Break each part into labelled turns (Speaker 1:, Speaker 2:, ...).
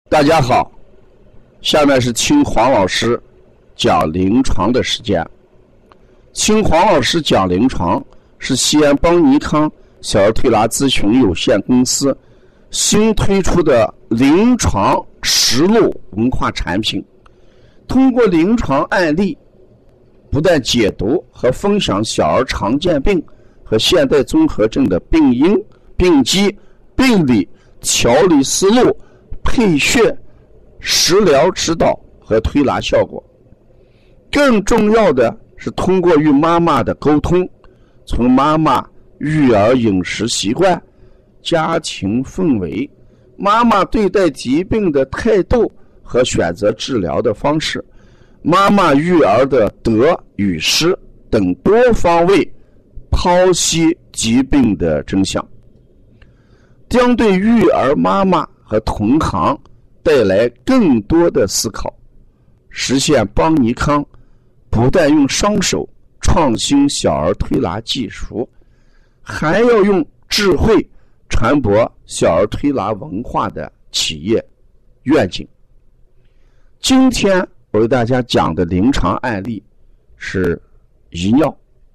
Speaker 1: 大家好，下面是听黄老师讲临床的时间。听黄老师讲临床是西安邦尼康小儿推拿咨询有限公司新推出的临床实录文化产品，通过临床案例不但解读和分享小儿常见病和现代综合症的病因、病机、病理、调理思路、配穴、食疗指导和推拿效果。更重要的是通过与妈妈的沟通，从妈妈育儿饮食习惯、家庭氛围、妈妈对待疾病的态度和选择治疗的方式、妈妈育儿的得与失等多方位剖析疾病的真相，将对育儿妈妈和同行带来更多的思考，实现邦尼康不但用双手创新小儿推拿技术，还要用智慧传播小儿推拿文化的企业愿景。今天我为大家讲的临床案例是遗尿。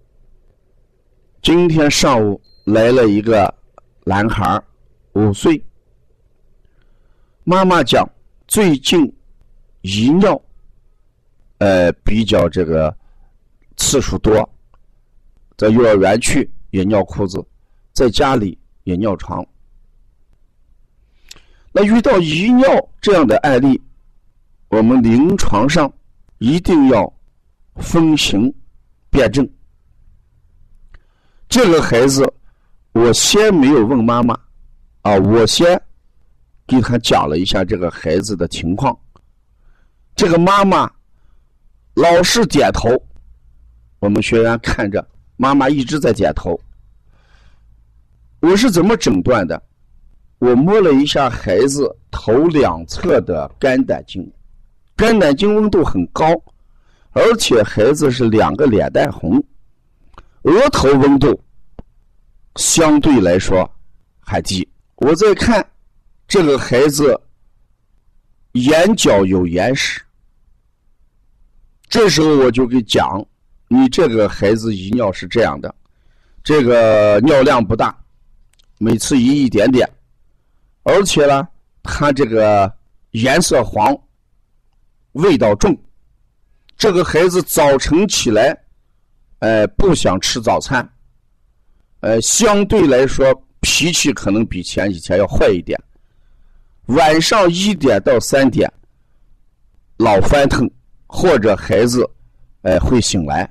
Speaker 1: 今天上午来了一个男孩，5岁，妈妈讲最近遗尿比较这个次数多，在幼儿园去也尿裤子，在家里也尿床。那遇到遗尿这样的案例，我们临床上一定要分型辨证。这个孩子我先没有问妈妈我先给他讲了一下这个孩子的情况。这个妈妈老是点头，我们学员看着妈妈一直在点头。我是怎么诊断的？我摸了一下孩子头两侧的肝胆经，肝胆经温度很高，而且孩子是2个脸蛋红，额头温度相对来说还低。我再看这个孩子眼角有眼屎，这时候我就给讲，你这个孩子遗尿是这样的，这个尿量不大，每次遗一点点，而且呢他这个颜色黄，味道重，这个孩子早晨起来不想吃早餐，相对来说脾气可能比前几天要坏一点，晚上1点到3点老翻腾，或者孩子会醒来。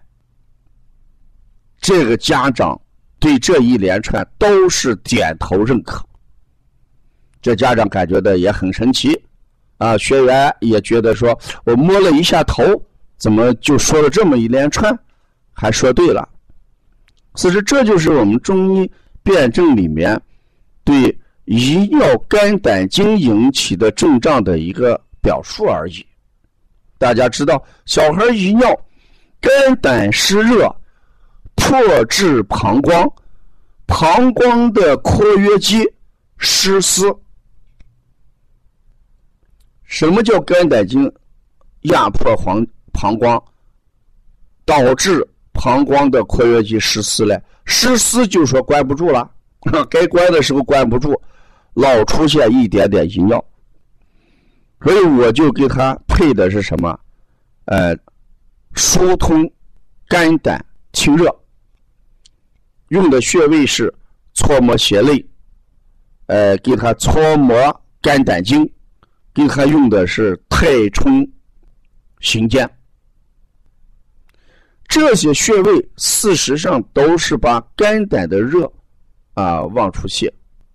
Speaker 1: 这个家长对这一连串都是点头认可，这家长感觉的也很神奇学员也觉得说，我摸了一下头，怎么就说了这么一连串，还说对了。所以这就是我们中医辨证里面对遗尿肝胆经引起的症状的一个表述而已。大家知道，小孩遗尿，肝胆湿热，迫至膀胱，膀胱的括约肌失司。什么叫肝胆经压迫膀胱，导致膀胱的括约肌失司了？失司就说关不住了，该关的时候关不住，老出现一点点遗尿。所以我就给他配的是什么？疏通肝胆清热，用的穴位是搓摩胁肋，给他搓摩肝胆经，给他用的是太冲行间。这些穴位事实上都是把肝胆的热往出泄。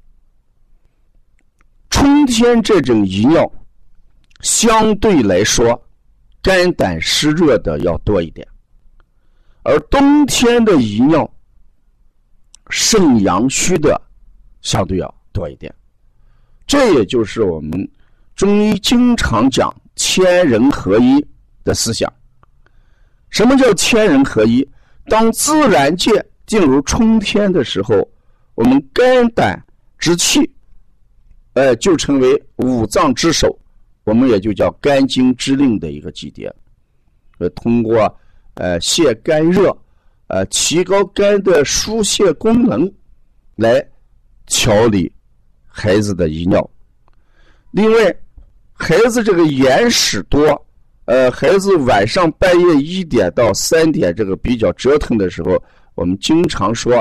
Speaker 1: 春天这种遗尿相对来说肝胆湿热的要多一点，而冬天的遗尿肾阳虚的相对要多一点。这也就是我们中医经常讲天人合一的思想。什么叫天人合一？当自然界进入春天的时候，我们肝胆之气就成为五脏之首， 我们也就叫肝经支令的一个季节。通过泻肝热，提高肝的疏泄功能，来调理孩子的遗尿。另外，孩子这个眼屎多，孩子晚上半夜1点到3点这个比较折腾的时候，我们经常说，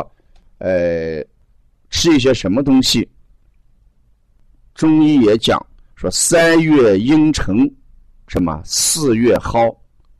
Speaker 1: 吃一些什么东西？中医也讲说3月阴沉，什么4月蒿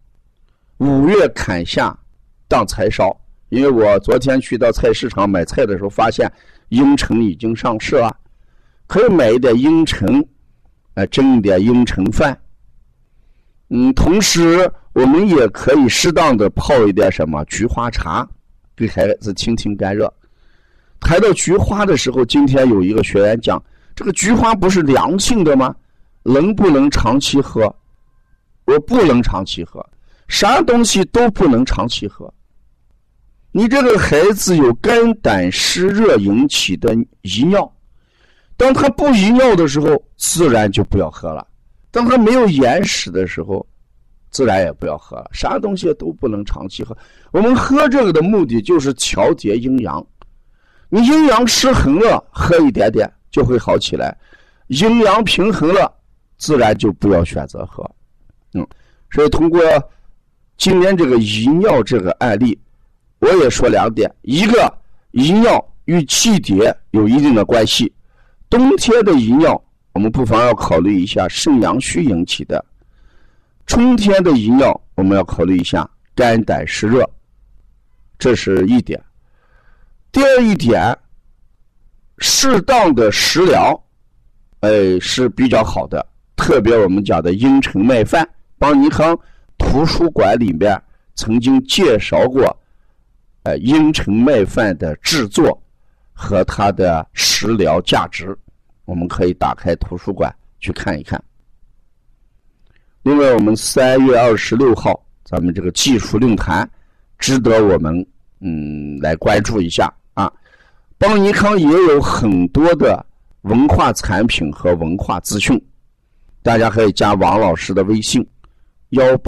Speaker 1: ，5月坎下当柴烧。因为我昨天去到菜市场买菜的时候，发现阴沉已经上市了，可以买一点阴沉，蒸一点阴沉饭。同时我们也可以适当的泡一点什么菊花茶，给孩子清清肝热。谈到菊花的时候，今天有一个学员讲，这个菊花不是凉性的吗？能不能长期喝？我不能长期喝，啥东西都不能长期喝。你这个孩子有肝胆湿热引起的遗尿，当他不遗尿的时候，自然就不要喝了；当他没有眼屎的时候，自然也不要喝了。啥东西都不能长期喝。我们喝这个的目的就是调节阴阳。你阴阳失衡了，喝一点点就会好起来；阴阳平衡了，自然就不要选择喝。所以通过今天这个遗尿这个案例，我也说2点：一个，遗尿与气结有一定的关系，冬天的遗尿我们不妨要考虑一下肾阳虚引起的；春天的遗尿我们要考虑一下肝胆湿热，这是一点。第二一点，适当的食疗是比较好的，特别我们讲的阴沉麦饭，邦尼康图书馆里面曾经介绍过阴沉麦饭的制作和它的食疗价值，我们可以打开图书馆去看一看。另外，我们3月26号咱们这个技术论坛值得我们来关注一下啊。邦尼康也有很多的文化产品和文化资讯，大家可以加王老师的微信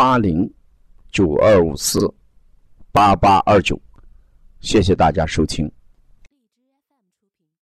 Speaker 1: 18092548829。谢谢大家收听。